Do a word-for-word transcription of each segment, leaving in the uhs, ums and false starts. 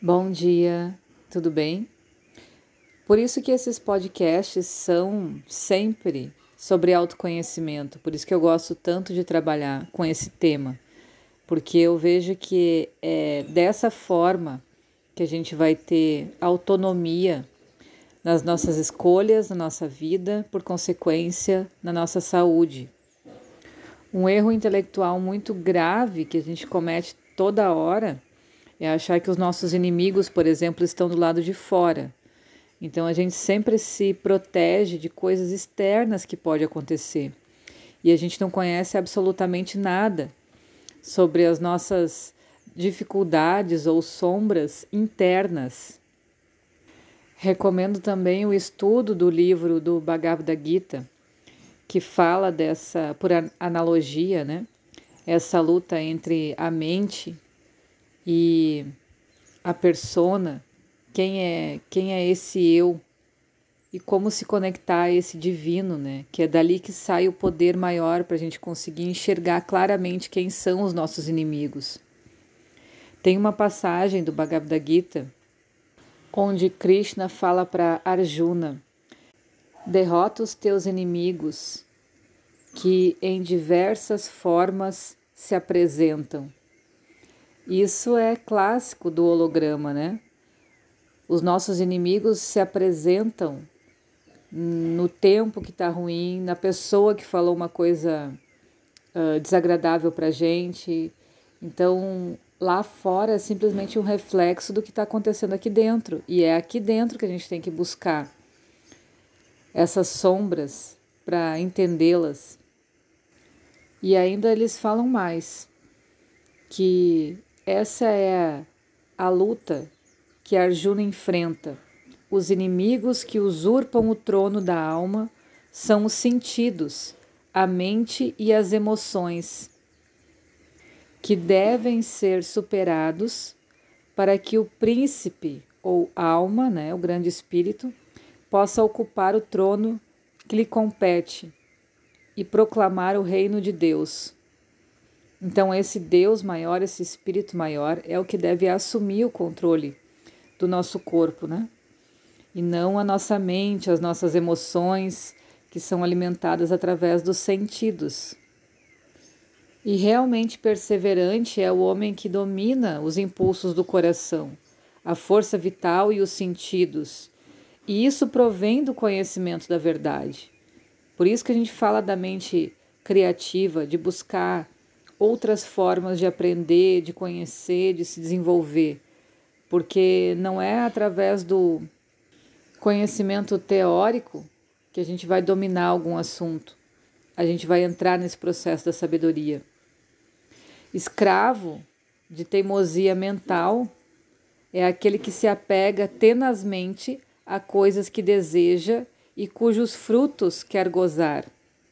Bom dia, tudo bem? Por isso que esses podcasts são sempre sobre autoconhecimento, por isso que eu gosto tanto de trabalhar com esse tema, porque eu vejo que é dessa forma que a gente vai ter autonomia nas nossas escolhas, na nossa vida, por consequência, na nossa saúde. Um erro intelectual muito grave que a gente comete toda hora é achar que os nossos inimigos, por exemplo, estão do lado de fora. Então a gente sempre se protege de coisas externas que pode acontecer. E a gente não conhece absolutamente nada sobre as nossas dificuldades ou sombras internas. Recomendo também o estudo do livro do Bhagavad Gita, que fala dessa, por analogia, né? Essa luta entre a mente e a persona, quem é, quem é esse eu e como se conectar a esse divino, né? Que é dali que sai o poder maior para a gente conseguir enxergar claramente quem são os nossos inimigos. Tem uma passagem do Bhagavad Gita onde Krishna fala para Arjuna: derrota os teus inimigos que em diversas formas se apresentam. Isso é clássico do holograma, né? Os nossos inimigos se apresentam no tempo que está ruim, na pessoa que falou uma coisa uh, desagradável para a gente. Então, lá fora é simplesmente um reflexo do que está acontecendo aqui dentro. E é aqui dentro que a gente tem que buscar essas sombras para entendê-las. E ainda eles falam mais, que essa é a, a luta que Arjuna enfrenta. Os inimigos que usurpam o trono da alma são os sentidos, a mente e as emoções, que devem ser superados para que o príncipe ou alma, né, o grande espírito, possa ocupar o trono que lhe compete e proclamar o reino de Deus. Então esse Deus maior, esse espírito maior, é o que deve assumir o controle do nosso corpo, né? E não a nossa mente, as nossas emoções, que são alimentadas através dos sentidos. E realmente perseverante é o homem que domina os impulsos do coração, a força vital e os sentidos. E isso provém do conhecimento da verdade. Por isso que a gente fala da mente criativa, de buscar outras formas de aprender, de conhecer, de se desenvolver. Porque não é através do conhecimento teórico que a gente vai dominar algum assunto. A gente vai entrar nesse processo da sabedoria. Escravo de teimosia mental é aquele que se apega tenazmente a coisas que deseja e cujos frutos quer gozar.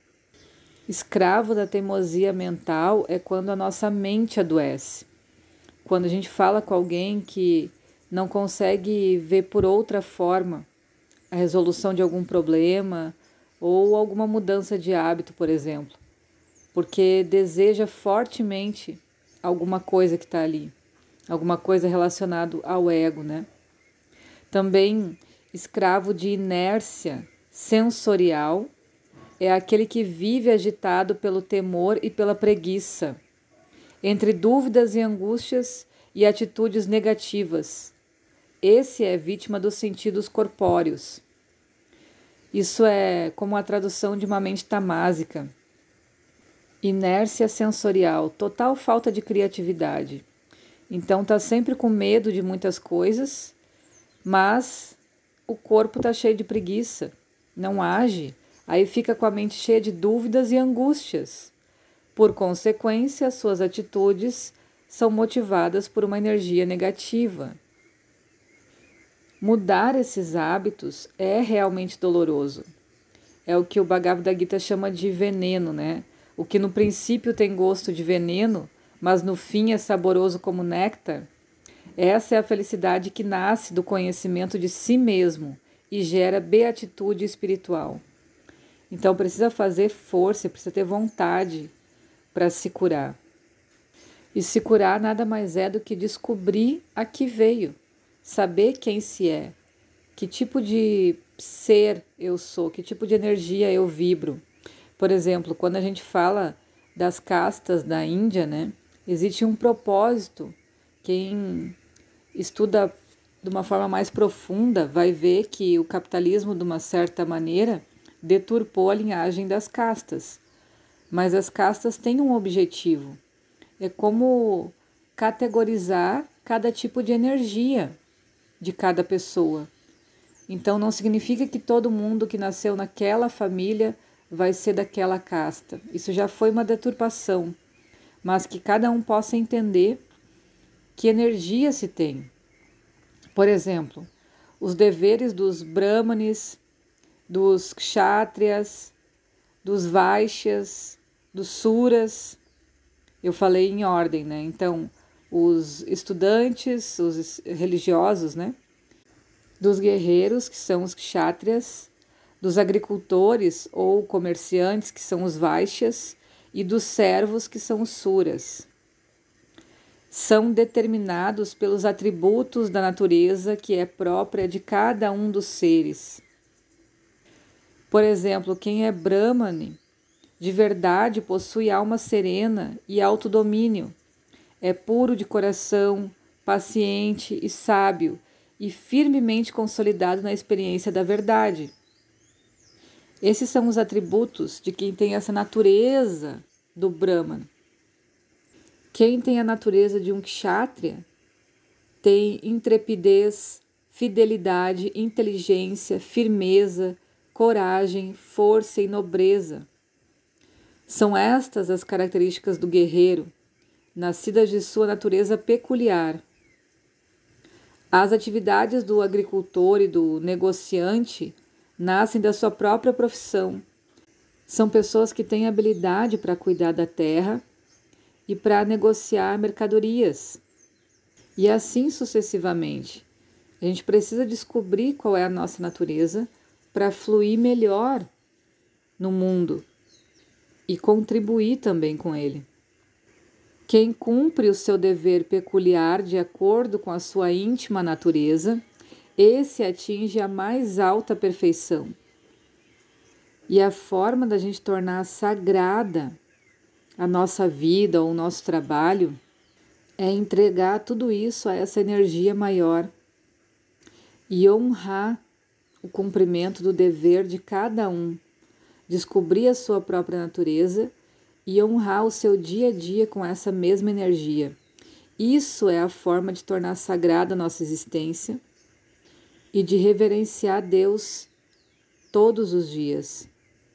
Escravo da teimosia mental é quando a nossa mente adoece. Quando a gente fala com alguém que não consegue ver por outra forma a resolução de algum problema ou alguma mudança de hábito, por exemplo, porque deseja fortemente alguma coisa que está ali, alguma coisa relacionada ao ego, né? Também escravo de inércia sensorial é aquele que vive agitado pelo temor e pela preguiça, entre dúvidas e angústias e atitudes negativas. Esse é vítima dos sentidos corpóreos. Isso é como a tradução de uma mente tamásica. Inércia sensorial, total falta de criatividade. Então está sempre com medo de muitas coisas, mas o corpo está cheio de preguiça, não age, aí fica com a mente cheia de dúvidas e angústias. Por consequência, suas atitudes são motivadas por uma energia negativa. Mudar esses hábitos é realmente doloroso. É o que o Bhagavad Gita chama de veneno, né? O que no princípio tem gosto de veneno, mas no fim é saboroso como néctar. Essa é a felicidade que nasce do conhecimento de si mesmo e gera beatitude espiritual. Então precisa fazer força, precisa ter vontade para se curar. E se curar nada mais é do que descobrir a que veio. saber quem se é, que tipo de ser eu sou, que tipo de energia eu vibro. Por exemplo, quando a gente fala das castas da Índia, né, existe um propósito. Quem estuda de uma forma mais profunda vai ver que o capitalismo, de uma certa maneira, deturpou a linhagem das castas. Mas as castas têm um objetivo. É como categorizar cada tipo de energia de cada pessoa. Então não significa que todo mundo que nasceu naquela família vai ser daquela casta. Isso já foi uma deturpação, mas que cada um possa entender que energia se tem. Por exemplo, os deveres dos brahmanes, dos kshatriyas, dos vaishyas, dos suras. Eu falei em ordem, né? Então, os estudantes, os religiosos, né? Dos guerreiros, que são os kshatriyas, dos agricultores ou comerciantes, que são os vaishyas, e dos servos, que são os suras. São determinados pelos atributos da natureza que é própria de cada um dos seres. Por exemplo, quem é brahmane, de verdade possui alma serena e autodomínio. É puro de coração, paciente e sábio, e firmemente consolidado na experiência da verdade. Esses são os atributos de quem tem essa natureza do Brahman. Quem tem a natureza de um kshatriya tem intrepidez, fidelidade, inteligência, firmeza, coragem, força e nobreza. São estas as características do guerreiro, nascidas de sua natureza peculiar. As atividades do agricultor e do negociante nascem da sua própria profissão. São pessoas que têm habilidade para cuidar da terra e para negociar mercadorias. E assim sucessivamente. A gente precisa descobrir qual é a nossa natureza para fluir melhor no mundo e contribuir também com ele. Quem cumpre o seu dever peculiar de acordo com a sua íntima natureza, esse atinge a mais alta perfeição. E a forma da gente tornar sagrada a nossa vida ou o nosso trabalho é entregar tudo isso a essa energia maior e honrar o cumprimento do dever de cada um, descobrir a sua própria natureza e honrar o seu dia a dia com essa mesma energia. Isso é a forma de tornar sagrada a nossa existência e de reverenciar Deus todos os dias.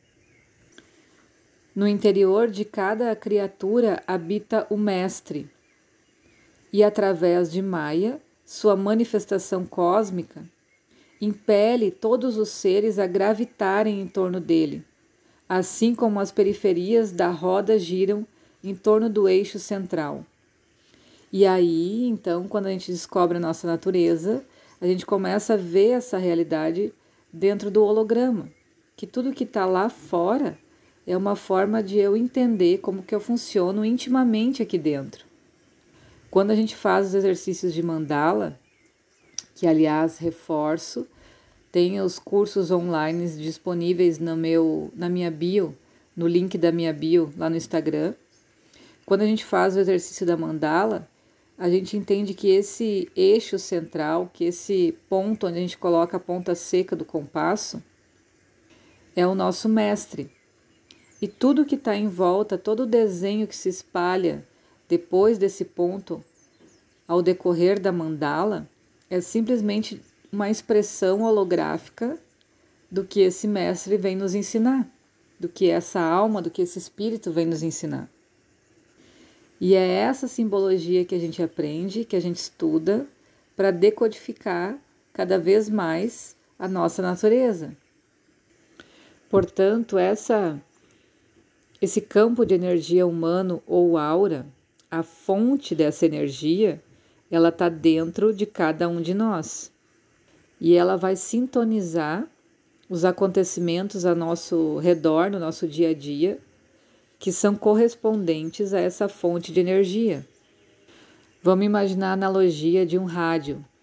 No interior de cada criatura habita o Mestre, e através de Maya, sua manifestação cósmica, impele todos os seres a gravitarem em torno dele, assim como as periferias da roda giram em torno do eixo central. E aí, então, quando a gente descobre a nossa natureza, a gente começa a ver essa realidade dentro do holograma, que tudo que está lá fora é uma forma de eu entender como que eu funciono intimamente aqui dentro. Quando a gente faz os exercícios de mandala, que aliás reforço, tem os cursos online disponíveis no meu, na minha bio, no link da minha bio lá no Instagram. Quando a gente faz o exercício da mandala, a gente entende que esse eixo central, que esse ponto onde a gente coloca a ponta seca do compasso, é o nosso mestre. E tudo que está em volta, todo o desenho que se espalha depois desse ponto, ao decorrer da mandala, é simplesmente uma expressão holográfica do que esse mestre vem nos ensinar, do que essa alma, do que esse espírito vem nos ensinar. E é essa simbologia que a gente aprende, que a gente estuda, para decodificar cada vez mais a nossa natureza. Portanto, essa, esse campo de energia humano ou aura, a fonte dessa energia, ela está dentro de cada um de nós. E ela vai sintonizar os acontecimentos a nosso redor, no nosso dia a dia, que são correspondentes a essa fonte de energia. Vamos imaginar a analogia de um rádio.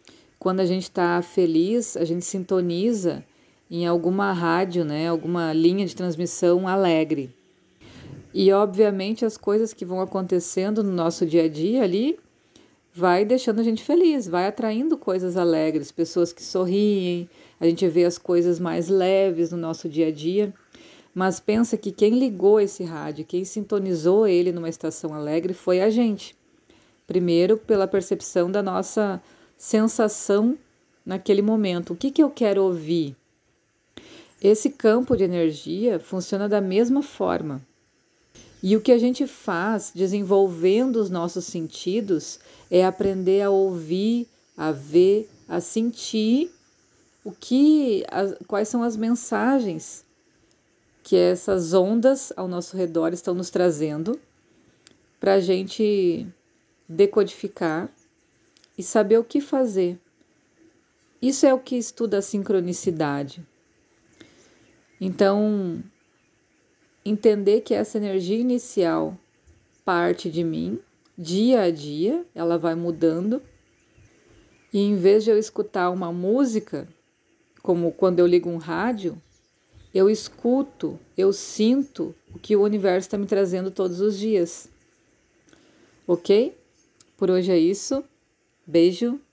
quando a gente está feliz, a gente sintoniza em alguma rádio, né, alguma linha de transmissão alegre. E, obviamente, as coisas que vão acontecendo no nosso dia a dia ali vai deixando a gente feliz, vai atraindo coisas alegres, pessoas que sorriem, a gente vê as coisas mais leves no nosso dia a dia. Mas pensa que quem ligou esse rádio, quem sintonizou ele numa estação alegre foi a gente. Primeiro, pela percepção da nossa sensação naquele momento. O que, que eu quero ouvir? Esse campo de energia funciona da mesma forma. E o que a gente faz desenvolvendo os nossos sentidos é aprender a ouvir, a ver, a sentir o que, as, quais são as mensagens que essas ondas ao nosso redor estão nos trazendo para a gente decodificar e saber o que fazer. Isso é o que estuda a sincronicidade. Então, entender que essa energia inicial parte de mim, dia a dia, ela vai mudando. E em vez de eu escutar uma música, como quando eu ligo um rádio, eu escuto, eu sinto o que o universo está me trazendo todos os dias. Ok? Por hoje é isso. Beijo.